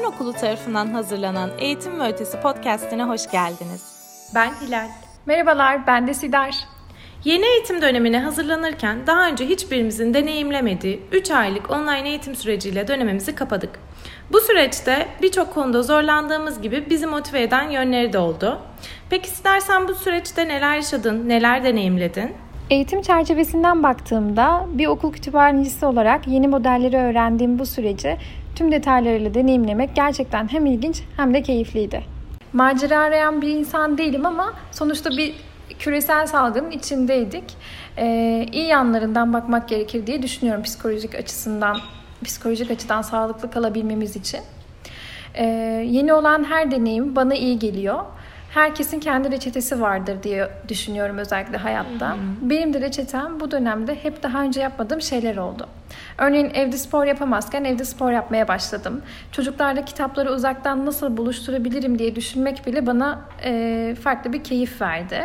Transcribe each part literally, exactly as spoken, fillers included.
Mezun Okulu tarafından hazırlanan Eğitim ve Ötesi podcastine hoş geldiniz. Ben Hilal. Merhabalar, ben de Sidar. Yeni eğitim dönemine hazırlanırken daha önce hiçbirimizin deneyimlemediği üç aylık online eğitim süreciyle dönemimizi kapadık. Bu süreçte birçok konuda zorlandığımız gibi bizi motive eden yönleri de oldu. Peki Sidar, sen bu süreçte neler yaşadın, neler deneyimledin? Eğitim çerçevesinden baktığımda bir okul kütüphanecisi olarak yeni modelleri öğrendiğim bu süreci tüm detaylarıyla deneyimlemek gerçekten hem ilginç hem de keyifliydi. Macera arayan bir insan değilim ama sonuçta bir küresel salgının içindeydik. Ee, iyi yanlarından bakmak gerekir diye düşünüyorum psikolojik açısından, psikolojik açıdan sağlıklı kalabilmemiz için. Ee, yeni olan her deneyim bana iyi geliyor. Herkesin kendi reçetesi vardır diye düşünüyorum özellikle hayatta. Hı hı. Benim de reçetem bu dönemde hep daha önce yapmadığım şeyler oldu. Örneğin evde spor yapamazken evde spor yapmaya başladım. Çocuklarla kitapları uzaktan nasıl buluşturabilirim diye düşünmek bile bana e, farklı bir keyif verdi.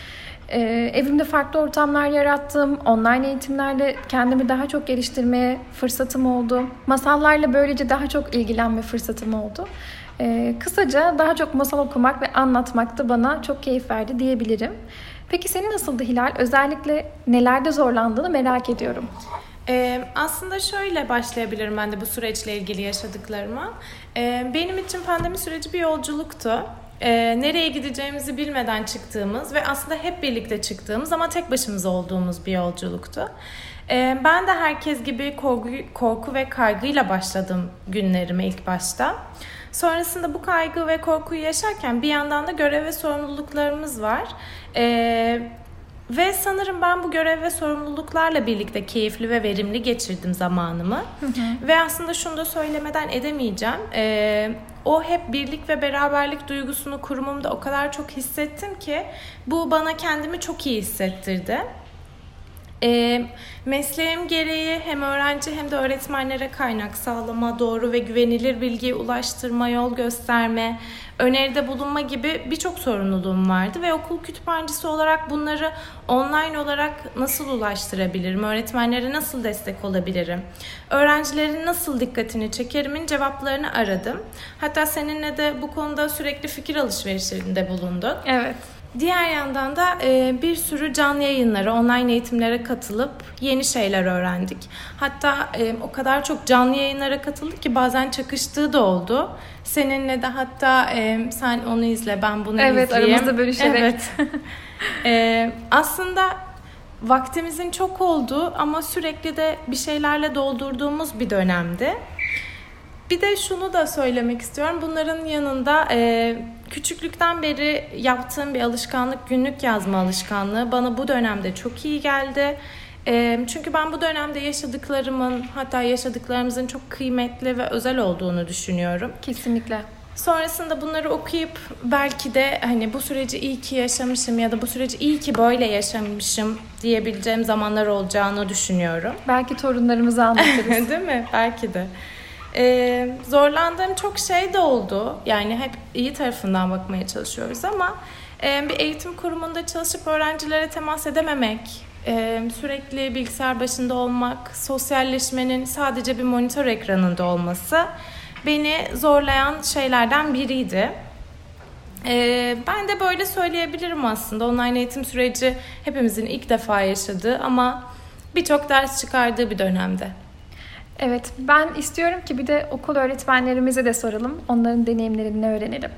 E, evimde farklı ortamlar yarattım. Online eğitimlerle kendimi daha çok geliştirmeye fırsatım oldu. Masallarla böylece daha çok ilgilenme fırsatım oldu. Ee, kısaca daha çok masal okumak ve anlatmak da bana çok keyif verdi diyebilirim. Peki senin nasıldı Hilal? Özellikle nelerde zorlandığını merak ediyorum. Ee, aslında şöyle başlayabilirim ben de bu süreçle ilgili yaşadıklarıma. Ee, benim için pandemi süreci bir yolculuktu. Ee, nereye gideceğimizi bilmeden çıktığımız ve aslında hep birlikte çıktığımız ama tek başımıza olduğumuz bir yolculuktu. Ee, ben de herkes gibi korku, korku ve kaygıyla başladım günlerime ilk başta. Sonrasında bu kaygı ve korkuyu yaşarken bir yandan da görev ve sorumluluklarımız var. Ee, ve sanırım ben bu görev ve sorumluluklarla birlikte keyifli ve verimli geçirdim zamanımı. Hı hı. Ve aslında şunu da söylemeden edemeyeceğim. Ee, o hep birlik ve beraberlik duygusunu kurumumda o kadar çok hissettim ki bu bana kendimi çok iyi hissettirdi. E, mesleğim gereği hem öğrenci hem de öğretmenlere kaynak sağlama, doğru ve güvenilir bilgiye ulaştırma, yol gösterme, öneride bulunma gibi birçok sorumluluğum vardı ve okul kütüphanecisi olarak bunları online olarak nasıl ulaştırabilirim, öğretmenlere nasıl destek olabilirim, öğrencilerin nasıl dikkatini çekerimin cevaplarını aradım. Hatta seninle de bu konuda sürekli fikir alışverişlerinde bulunduk. Evet. Diğer yandan da e, bir sürü canlı yayınlara, online eğitimlere katılıp yeni şeyler öğrendik. Hatta e, o kadar çok canlı yayınlara katıldık ki bazen çakıştığı da oldu. Seninle de hatta e, sen onu izle, ben bunu evet, izleyeyim. Evet, aramızda bölüşerek. Evet. e, aslında vaktimizin çok olduğu ama sürekli de bir şeylerle doldurduğumuz bir dönemdi. Bir de şunu da söylemek istiyorum. Bunların yanında e, küçüklükten beri yaptığım bir alışkanlık, günlük yazma alışkanlığı bana bu dönemde çok iyi geldi. E, çünkü ben bu dönemde yaşadıklarımın, hatta yaşadıklarımızın çok kıymetli ve özel olduğunu düşünüyorum. Kesinlikle. Sonrasında bunları okuyup belki de hani bu süreci iyi ki yaşamışım ya da bu süreci iyi ki böyle yaşamışım diyebileceğim zamanlar olacağını düşünüyorum. Belki torunlarımıza anlatırız. Değil mi? Belki de. Ee, zorlandığım çok şey de oldu. Yani hep iyi tarafından bakmaya çalışıyoruz ama e, bir eğitim kurumunda çalışıp öğrencilere temas edememek, e, sürekli bilgisayar başında olmak, sosyalleşmenin sadece bir monitör ekranında olması beni zorlayan şeylerden biriydi. E, ben de böyle söyleyebilirim aslında. Online eğitim süreci hepimizin ilk defa yaşadığı ama birçok ders çıkardığı bir dönemde. Evet, ben istiyorum ki bir de okul öğretmenlerimize de soralım. Onların deneyimlerini öğrenelim.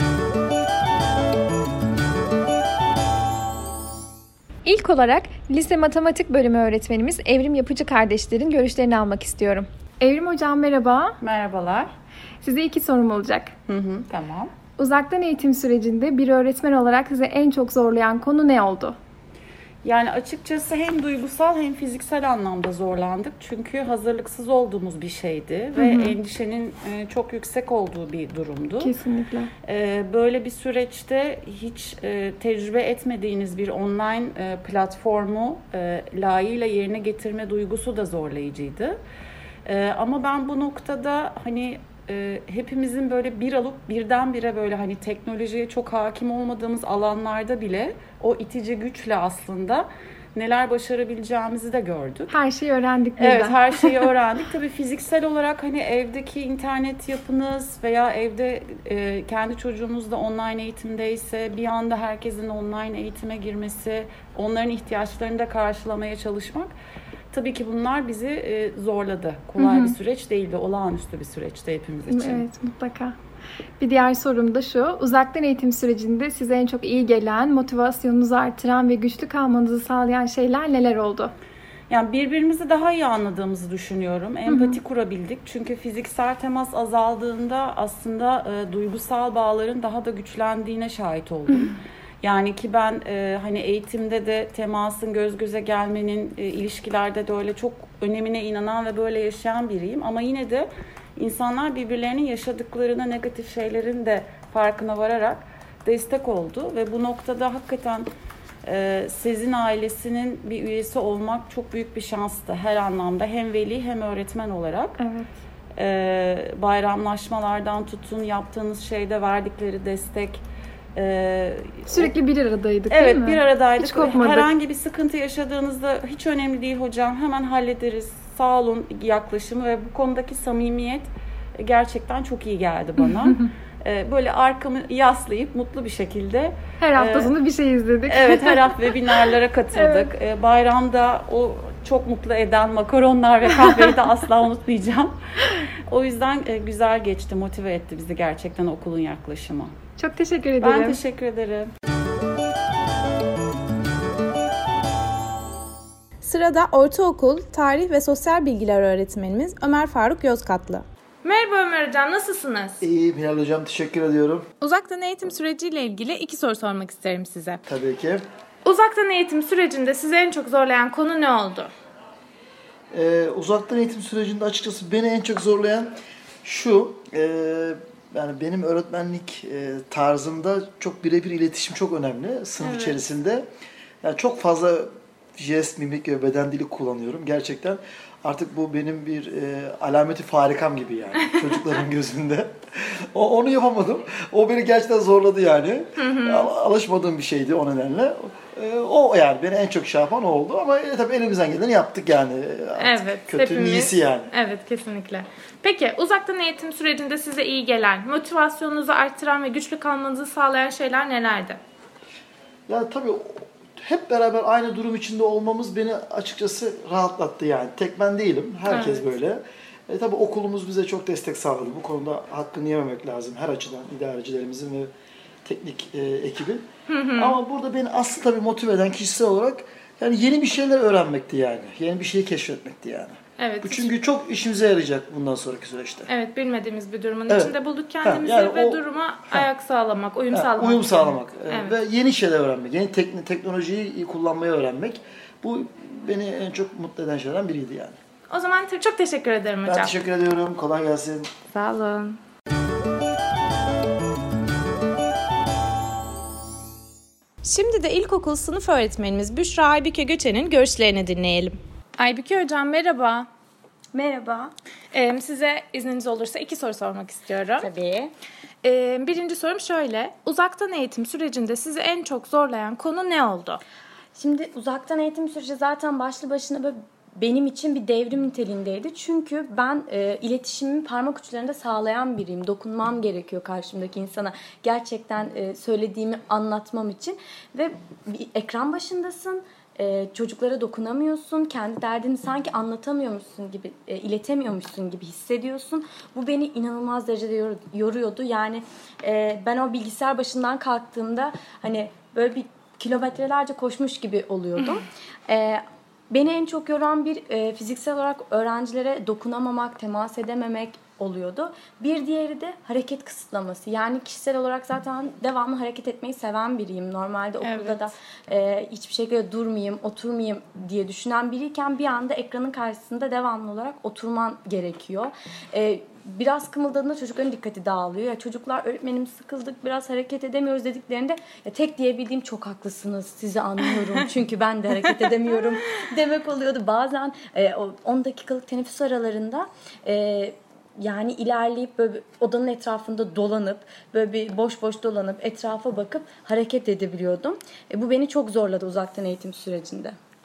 İlk olarak lise matematik bölümü öğretmenimiz Evrim Yapıcı kardeşlerin görüşlerini almak istiyorum. Evrim hocam merhaba. Merhabalar. Size iki sorum olacak. Hı hı, tamam. Uzaktan eğitim sürecinde bir öğretmen olarak size en çok zorlayan konu ne oldu? Yani açıkçası hem duygusal hem fiziksel anlamda zorlandık. Çünkü hazırlıksız olduğumuz bir şeydi ve hı hı. endişenin çok yüksek olduğu bir durumdu. Kesinlikle. Böyle bir süreçte hiç tecrübe etmediğiniz bir online platformu layığıyla yerine getirme duygusu da zorlayıcıydı. Ama ben bu noktada hani hepimizin böyle bir alıp birdenbire böyle hani teknolojiye çok hakim olmadığımız alanlarda bile o itici güçle aslında neler başarabileceğimizi de gördük. Her şeyi öğrendik birden. Evet, her şeyi öğrendik. Tabii fiziksel olarak hani evdeki internet yapınız veya evde e, kendi çocuğunuz da online eğitimdeyse bir anda herkesin online eğitime girmesi, onların ihtiyaçlarını da karşılamaya çalışmak. Tabii ki bunlar bizi e, zorladı. Kolay Hı-hı. bir süreç değildi. Olağanüstü bir süreçti hepimiz için. Evet, mutlaka. Bir diğer sorum da şu. Uzaktan eğitim sürecinde size en çok iyi gelen, motivasyonunuzu artıran ve güçlü kalmanızı sağlayan şeyler neler oldu? Yani birbirimizi daha iyi anladığımızı düşünüyorum. Empati Hı-hı. kurabildik. Çünkü fiziksel temas azaldığında aslında e, duygusal bağların daha da güçlendiğine şahit oldum. Hı-hı. Yani ki ben e, hani eğitimde de temasın, göz göze gelmenin, e, ilişkilerde de öyle çok önemine inanan ve böyle yaşayan biriyim. Ama yine de insanlar birbirlerinin yaşadıklarına, negatif şeylerin de farkına vararak destek oldu. Ve bu noktada hakikaten e, Sezin ailesinin bir üyesi olmak çok büyük bir şanstı her anlamda. Hem veli hem öğretmen olarak. Evet. E, bayramlaşmalardan tutun, yaptığınız şeyde verdikleri destek. Ee, Sürekli bir aradaydık evet, değil mi? Evet, bir aradaydık. Hiç kopmadık. Herhangi bir sıkıntı yaşadığınızda hiç önemli değil hocam, hemen hallederiz, sağ olun yaklaşımı ve bu konudaki samimiyet gerçekten çok iyi geldi bana. ee, böyle arkamı yaslayıp mutlu bir şekilde. Her hafta sonu e, bir şey izledik. Evet, her hafta webinarlara katıldık. Evet. Ee, bayramda o çok mutlu eden makaronlar ve kahveyi de asla unutmayacağım. O yüzden e, güzel geçti, motive etti bizi gerçekten okulun yaklaşımı. Çok teşekkür ederim. Ben teşekkür ederim. Sırada ortaokul, tarih ve sosyal bilgiler öğretmenimiz Ömer Faruk Yozgatlı. Merhaba Ömer Hocam, nasılsınız? İyiyim Hilal Hocam, teşekkür ediyorum. Uzaktan eğitim süreciyle ilgili iki soru sormak isterim size. Tabii ki. Uzaktan eğitim sürecinde sizi en çok zorlayan konu ne oldu? Ee, uzaktan eğitim sürecinde açıkçası beni en çok zorlayan şu... E, Yani benim öğretmenlik e, tarzımda çok birebir iletişim çok önemli sınıf evet. içerisinde. Yani çok fazla jest, mimik ve beden dili kullanıyorum. Gerçekten artık bu benim bir e, alameti farikam gibi yani çocukların gözünde. O, onu yapamadım. O beni gerçekten zorladı yani. Hı hı. Alışmadığım bir şeydi o nedenle. E, o yani beni en çok şey yapan o oldu ama e, tabii elimizden geleni yaptık yani. Artık evet. Kötünün hepimiz, iyisi yani. Evet, kesinlikle. Peki uzaktan eğitim sürecinde size iyi gelen, motivasyonunuzu arttıran ve güçlü kalmanızı sağlayan şeyler nelerdi? Ya tabii hep beraber aynı durum içinde olmamız beni açıkçası rahatlattı yani. Tek ben değilim. Herkes evet. böyle. E, tabii okulumuz bize çok destek sağladı. Bu konuda hakkını yememek lazım her açıdan. İdarecilerimizin ve teknik e, ekibin. Hı hı. Ama burada beni asıl tabii motive eden kişisel olarak yani yeni bir şeyler öğrenmekti yani. Yeni bir şeyi keşfetmekti yani. Evet. Bu çünkü çok işimize yarayacak bundan sonraki süreçte. Evet, bilmediğimiz bir durumun evet. içinde bulduk kendimizi ha, yani ve o, duruma ha. ayak sağlamak, uyum ha, sağlamak. Uyum sağlamak evet. ve yeni şeyler öğrenmek, yeni tekn- teknolojiyi kullanmayı öğrenmek. Bu beni en çok mutlu eden şeylerden biriydi yani. O zaman çok teşekkür ederim hocam. Ben teşekkür ediyorum. Kolay gelsin. Sağ olun. Şimdi de ilkokul sınıf öğretmenimiz Büşra Aybüke Göçen'in görüşlerini dinleyelim. Aybüke Hocam merhaba. Merhaba. Ee, size izniniz olursa iki soru sormak istiyorum. Tabii. Ee, birinci sorum şöyle. Uzaktan eğitim sürecinde sizi en çok zorlayan konu ne oldu? Şimdi uzaktan eğitim süreci zaten başlı başına böyle benim için bir devrim niteliğindeydi. Çünkü ben e, iletişimimi parmak uçlarında sağlayan biriyim. Dokunmam gerekiyor karşımdaki insana. Gerçekten e, söylediğimi anlatmam için. Ve bir ekran başındasın. Ee, çocuklara dokunamıyorsun, kendi derdini sanki anlatamıyormuşsun gibi, e, iletemiyormuşsun gibi hissediyorsun. Bu beni inanılmaz derecede yor, yoruyordu. Yani e, ben o bilgisayar başından kalktığımda hani böyle bir kilometrelerce koşmuş gibi oluyordum. e, beni en çok yoran bir e, fiziksel olarak öğrencilere dokunamamak, temas edememek oluyordu. Bir diğeri de hareket kısıtlaması. Yani kişisel olarak zaten devamlı hareket etmeyi seven biriyim. Normalde okulda evet. da e, hiçbir şekilde durmayayım, oturmayayım diye düşünen biriyken bir anda ekranın karşısında devamlı olarak oturman gerekiyor. E, biraz kımıldadığında çocukların dikkati dağılıyor. Ya çocuklar öğretmenim sıkıldık, biraz hareket edemiyoruz dediklerinde ya tek diyebildiğim çok haklısınız, sizi anlıyorum çünkü ben de hareket edemiyorum demek oluyordu. Bazen e, on dakikalık teneffüs aralarında e, yani ilerleyip böyle odanın etrafında dolanıp böyle bir boş boş dolanıp etrafa bakıp hareket edebiliyordum. E, bu beni çok zorladı uzaktan eğitim sürecinde.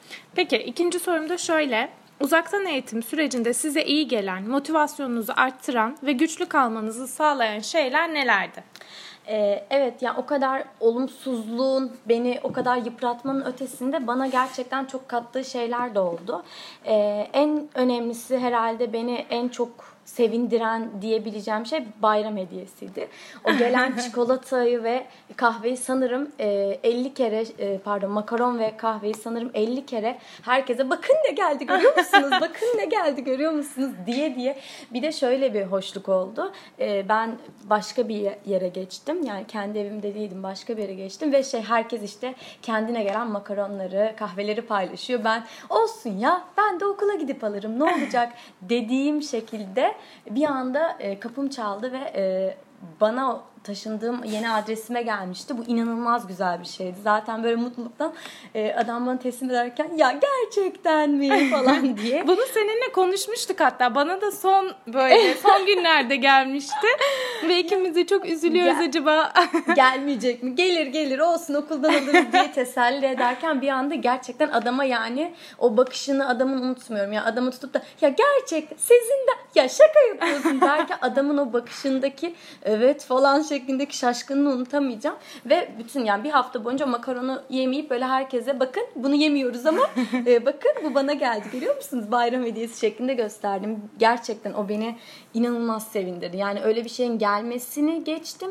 Peki ikinci sorum da şöyle. Uzaktan eğitim sürecinde size iyi gelen, motivasyonunuzu arttıran ve güçlü kalmanızı sağlayan şeyler nelerdi? Ee, evet yani o kadar olumsuzluğun beni o kadar yıpratmanın ötesinde bana gerçekten çok kattığı şeyler de oldu. Ee, en önemlisi herhalde beni en çok sevindiren diyebileceğim şey bayram hediyesiydi. O gelen çikolatayı ve kahveyi sanırım elli kere pardon makaron ve kahveyi sanırım elli kere herkese bakın ne geldi görüyor musunuz? Bakın ne geldi görüyor musunuz? diye diye. Bir de şöyle bir hoşluk oldu. Ben başka bir yere geçtim. Yani kendi evimde değildim. Başka bir yere geçtim ve şey herkes işte kendine gelen makaronları, kahveleri paylaşıyor. Ben olsun ya ben de okula gidip alırım ne olacak dediğim şekilde bir anda e, kapım çaldı ve e, bana taşındığım yeni adresime gelmişti. Bu inanılmaz güzel bir şeydi. Zaten böyle mutluluktan e, adam bana teslim ederken ya gerçekten mi falan diye. Bunu seninle konuşmuştuk hatta. Bana da son böyle son günlerde gelmişti. Ve ikimiz de çok üzülüyoruz Gel, acaba. Gelmeyecek mi? Gelir gelir olsun okuldan alırız diye teselli ederken bir anda gerçekten adama yani o bakışını adamın unutmuyorum. Ya adamı tutup da ya gerçekten sizin de ya şaka yapıyorsun derken adamın o bakışındaki evet falan şeklindeki şaşkınlığı unutamayacağım. Ve bütün yani bir hafta boyunca makaronu yemeyip böyle herkese bakın bunu yemiyoruz ama e, bakın bu bana geldi görüyor musunuz? Bayram hediyesi şeklinde gösterdim. Gerçekten o beni inanılmaz sevindirdi. Yani öyle bir şeyin gelmesini geçtim.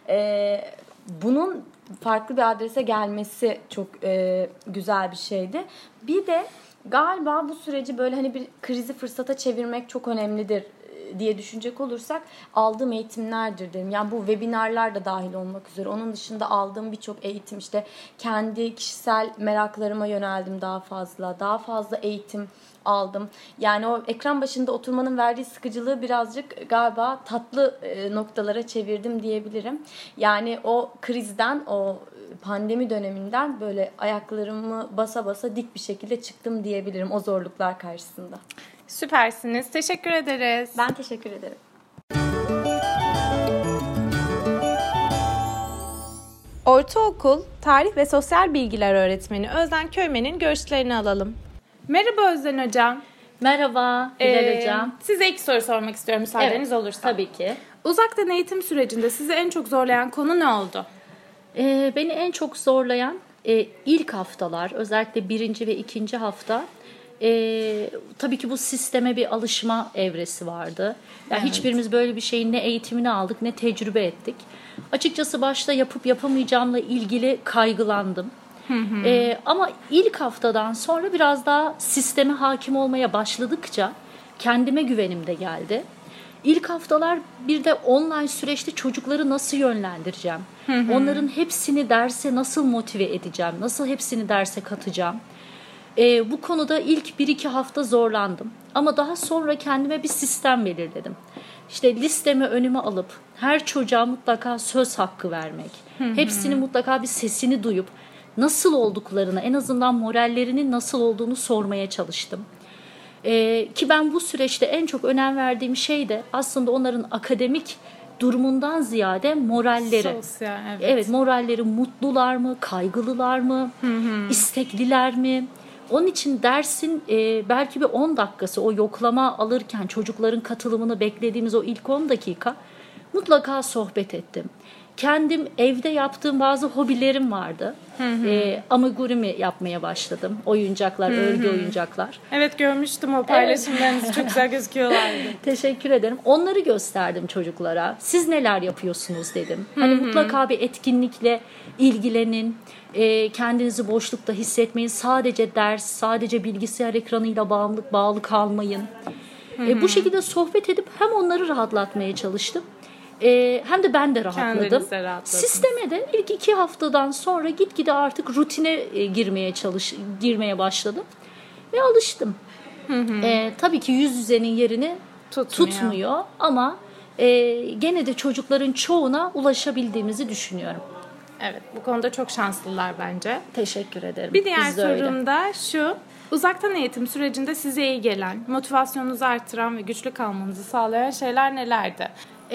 E, bunun farklı bir adrese gelmesi çok e, güzel bir şeydi. Bir de galiba bu süreci böyle hani bir krizi fırsata çevirmek çok önemlidir diye düşünecek olursak aldığım eğitimlerdir derim. Yani bu webinarlar da dahil olmak üzere. Onun dışında aldığım birçok eğitim işte kendi kişisel meraklarıma yöneldim daha fazla. Daha fazla eğitim aldım. Yani o ekran başında oturmanın verdiği sıkıcılığı birazcık galiba tatlı noktalara çevirdim diyebilirim. Yani o krizden, o pandemi döneminden böyle ayaklarımı basa basa dik bir şekilde çıktım diyebilirim o zorluklar karşısında. Süpersiniz. Teşekkür ederiz. Ben teşekkür ederim. Ortaokul Tarih ve Sosyal Bilgiler Öğretmeni Özden Köymen'in görüşlerini alalım. Merhaba Özden Hocam. Merhaba Hilal ee, Hocam. Size ilk soru sormak istiyorum müsaadeniz evet, olursa. Tabii ki. Uzaktan eğitim sürecinde sizi en çok zorlayan konu ne oldu? Ee, beni en çok zorlayan e, ilk haftalar, özellikle birinci ve ikinci hafta. Ee, tabii ki bu sisteme bir alışma evresi vardı. Yani evet. Hiçbirimiz böyle bir şeyin ne eğitimini aldık ne tecrübe ettik. Açıkçası başta yapıp yapamayacağımla ilgili kaygılandım. Hı hı. Ee, ama ilk haftadan sonra biraz daha sisteme hakim olmaya başladıkça kendime güvenim de geldi. İlk haftalar bir de online süreçte çocukları nasıl yönlendireceğim? Hı hı. Onların hepsini derse nasıl motive edeceğim? Nasıl hepsini derse katacağım? Ee, bu konuda ilk bir iki hafta zorlandım. Ama daha sonra kendime bir sistem belirledim. İşte listemi önüme alıp her çocuğa mutlaka söz hakkı vermek. Hı hı. Hepsini mutlaka bir sesini duyup nasıl olduklarını, en azından morallerinin nasıl olduğunu sormaya çalıştım. Ee, ki ben bu süreçte en çok önem verdiğim şey de aslında onların akademik durumundan ziyade moralleri. Sosyal, evet. Evet, moralleri mutlular mı, kaygılılar mı, hı hı. istekliler mi? Onun için dersin e, belki bir on dakikası o yoklama alırken çocukların katılımını beklediğimiz o ilk on dakika mutlaka sohbet ettim. Kendim evde yaptığım bazı hobilerim vardı. Hı hı. E, amigurumi yapmaya başladım. Oyuncaklar, hı hı. örgü oyuncaklar. Evet, görmüştüm o paylaşımlarınızı. Evet. Çok güzel gözüküyorlardı. Teşekkür ederim. Onları gösterdim çocuklara. Siz neler yapıyorsunuz dedim. Hı hı. Hani mutlaka bir etkinlikle ilgilenin. E, kendinizi boşlukta hissetmeyin. Sadece ders, sadece bilgisayar ekranıyla bağımlı, bağlı kalmayın. Hı hı. E, bu şekilde sohbet edip hem onları rahatlatmaya çalıştım. Ee, hem de ben de rahatladım. Sisteme de ilk iki haftadan sonra gitgide artık rutine e, girmeye çalış, girmeye başladım ve alıştım. Hı hı. Ee, tabii ki yüz yüzenin yerini tutmuyor, tutmuyor ama e, gene de çocukların çoğuna ulaşabildiğimizi düşünüyorum. Evet, bu konuda çok şanslılar bence. Teşekkür ederim. Bir diğer sorum da şu: uzaktan eğitim sürecinde size iyi gelen, motivasyonunuzu artıran ve güçlü kalmanızı sağlayan şeyler nelerdi?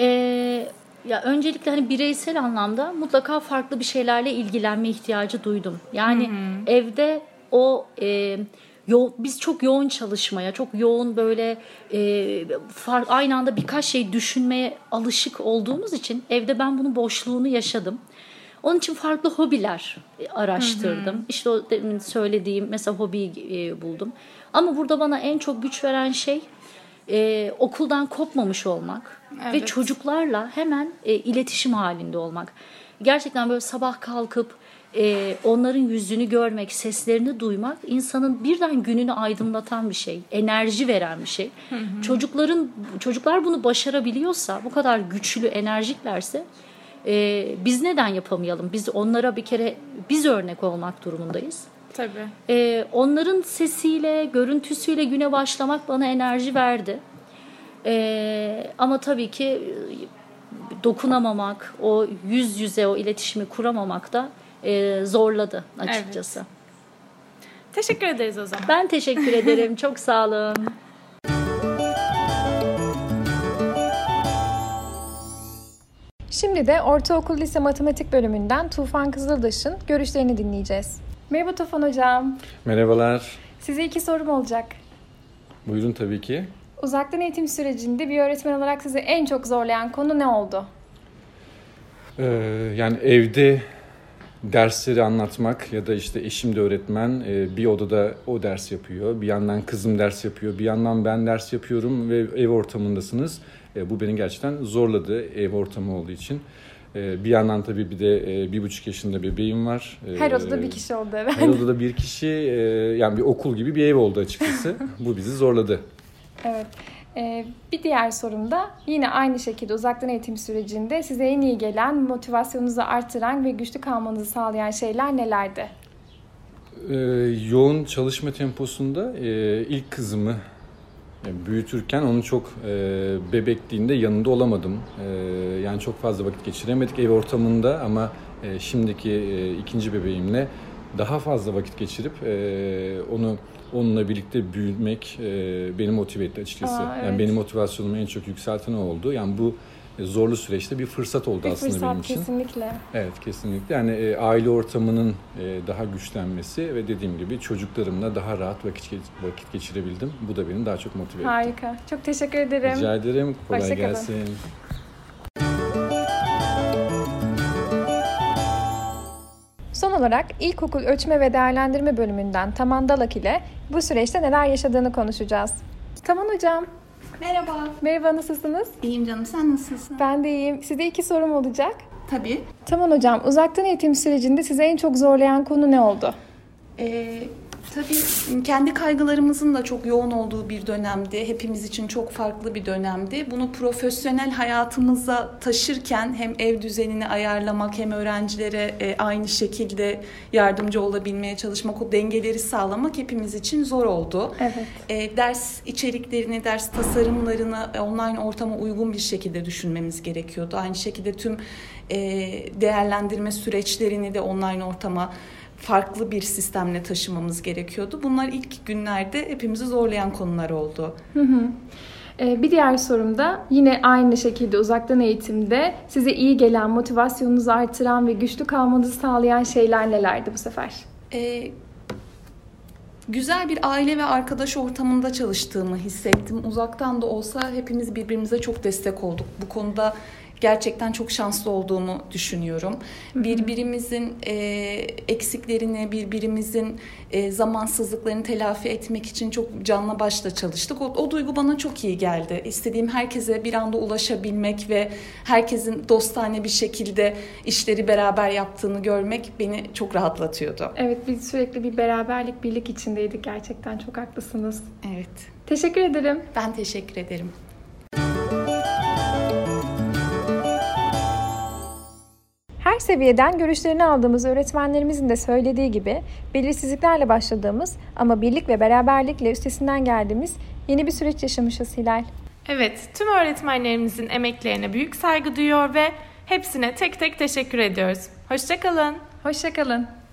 Ee, ya öncelikle hani bireysel anlamda mutlaka farklı bir şeylerle ilgilenme ihtiyacı duydum. Yani hı hı. evde o e, yo, biz çok yoğun çalışmaya, çok yoğun böyle e, far, aynı anda birkaç şey düşünmeye alışık olduğumuz için evde ben bunun boşluğunu yaşadım. Onun için farklı hobiler araştırdım. Hı hı. İşte o demin söylediğim mesela hobiyi e, buldum. Ama burada bana en çok güç veren şey e, okuldan kopmamış olmak. Evet. Ve çocuklarla hemen e, iletişim halinde olmak. Gerçekten böyle sabah kalkıp e, onların yüzünü görmek, seslerini duymak insanın birden gününü aydınlatan bir şey, enerji veren bir şey. Hı hı. Çocukların çocuklar bunu başarabiliyorsa, bu kadar güçlü, enerjiklerse e, biz neden yapamayalım? Biz onlara bir kere biz örnek olmak durumundayız. Tabii. E, onların sesiyle, görüntüsüyle güne başlamak bana enerji verdi. E, ama tabii ki dokunamamak, o yüz yüze o iletişimi kuramamak da e, zorladı açıkçası. Evet. Teşekkür ederiz o zaman. Ben teşekkür ederim. Çok sağ olun. Şimdi de Ortaokul Lise Matematik bölümünden Tufan Kızıldaş'ın görüşlerini dinleyeceğiz. Merhaba Tufan Hocam. Merhabalar. Size iki sorum olacak. Buyurun tabii ki. Uzaktan eğitim sürecinde bir öğretmen olarak sizi en çok zorlayan konu ne oldu? Ee, yani evde dersleri anlatmak ya da işte eşim de öğretmen, bir odada o ders yapıyor. Bir yandan kızım ders yapıyor, bir yandan ben ders yapıyorum ve ev ortamındasınız. Bu beni gerçekten zorladı ev ortamı olduğu için. Bir yandan tabii bir de bir buçuk yaşında bebeğim var. Her odada bir kişi oldu evet. Her odada bir kişi, yani bir okul gibi bir ev oldu açıkçası. Bu bizi zorladı. Evet. Ee, bir diğer sorum da yine aynı şekilde uzaktan eğitim sürecinde size en iyi gelen, motivasyonunuzu artıran ve güçlü kalmanızı sağlayan şeyler nelerdi? Ee, yoğun çalışma temposunda e, ilk kızımı yani büyütürken onun çok e, bebekliğinde yanında olamadım. E, yani çok fazla vakit geçiremedik ev ortamında ama e, şimdiki e, ikinci bebeğimle daha fazla vakit geçirip e, onu onunla birlikte büyümek e, beni motive etti açıkçası. Aa, evet. Yani benim motivasyonumu en çok yükselten o oldu. Yani bu zorlu süreçte bir fırsat oldu bir aslında fırsat, benim için. Kesinlikle. Evet, kesinlikle. Yani e, aile ortamının e, daha güçlenmesi ve dediğim gibi çocuklarımla daha rahat vakit vakit geçirebildim. Bu da beni daha çok motive etti. Harika. Çok teşekkür ederim. Rica ederim. Kolay Hoşça kalın. gelsin. Son olarak İlkokul Ölçme ve Değerlendirme bölümünden Taman Dalak ile bu süreçte neler yaşadığını konuşacağız. Taman Hocam. Merhaba. Merhaba, nasılsınız? İyiyim canım, sen nasılsın? Ben de iyiyim. Size iki sorum olacak. Tabii. Taman Hocam, uzaktan eğitim sürecinde size en çok zorlayan konu ne oldu? Ee, tabii kendi kaygılarımızın da çok yoğun olduğu bir dönemdi. Hepimiz için çok farklı bir dönemdi. Bunu profesyonel hayatımıza taşırken hem ev düzenini ayarlamak hem öğrencilere e, aynı şekilde yardımcı olabilmeye çalışmak, o dengeleri sağlamak hepimiz için zor oldu. Evet. E, ders içeriklerini, ders tasarımlarını e, online ortama uygun bir şekilde düşünmemiz gerekiyordu. Aynı şekilde tüm e, değerlendirme süreçlerini de online ortama farklı bir sistemle taşımamız gerekiyordu. Bunlar ilk günlerde hepimizi zorlayan konular oldu. Hı hı. Ee, bir diğer sorum da yine aynı şekilde uzaktan eğitimde size iyi gelen, motivasyonunuzu artıran ve güçlü kalmanızı sağlayan şeyler nelerdi bu sefer? Ee, güzel bir aile ve arkadaş ortamında çalıştığımı hissettim. Uzaktan da olsa hepimiz birbirimize çok destek olduk. Bu konuda gerçekten çok şanslı olduğumu düşünüyorum. Birbirimizin e, eksiklerini, birbirimizin e, zamansızlıklarını telafi etmek için çok canla başla çalıştık. O, o duygu bana çok iyi geldi. İstediğim herkese bir anda ulaşabilmek ve herkesin dostane bir şekilde işleri beraber yaptığını görmek beni çok rahatlatıyordu. Evet, biz sürekli bir beraberlik, birlik içindeydik. Gerçekten çok haklısınız. Evet. Teşekkür ederim. Ben teşekkür ederim. Her seviyeden görüşlerini aldığımız öğretmenlerimizin de söylediği gibi belirsizliklerle başladığımız ama birlik ve beraberlikle üstesinden geldiğimiz yeni bir süreç yaşamışız Hilal. Evet, tüm öğretmenlerimizin emeklerine büyük saygı duyuyor ve hepsine tek tek teşekkür ediyoruz. Hoşça kalın. Hoşça kalın.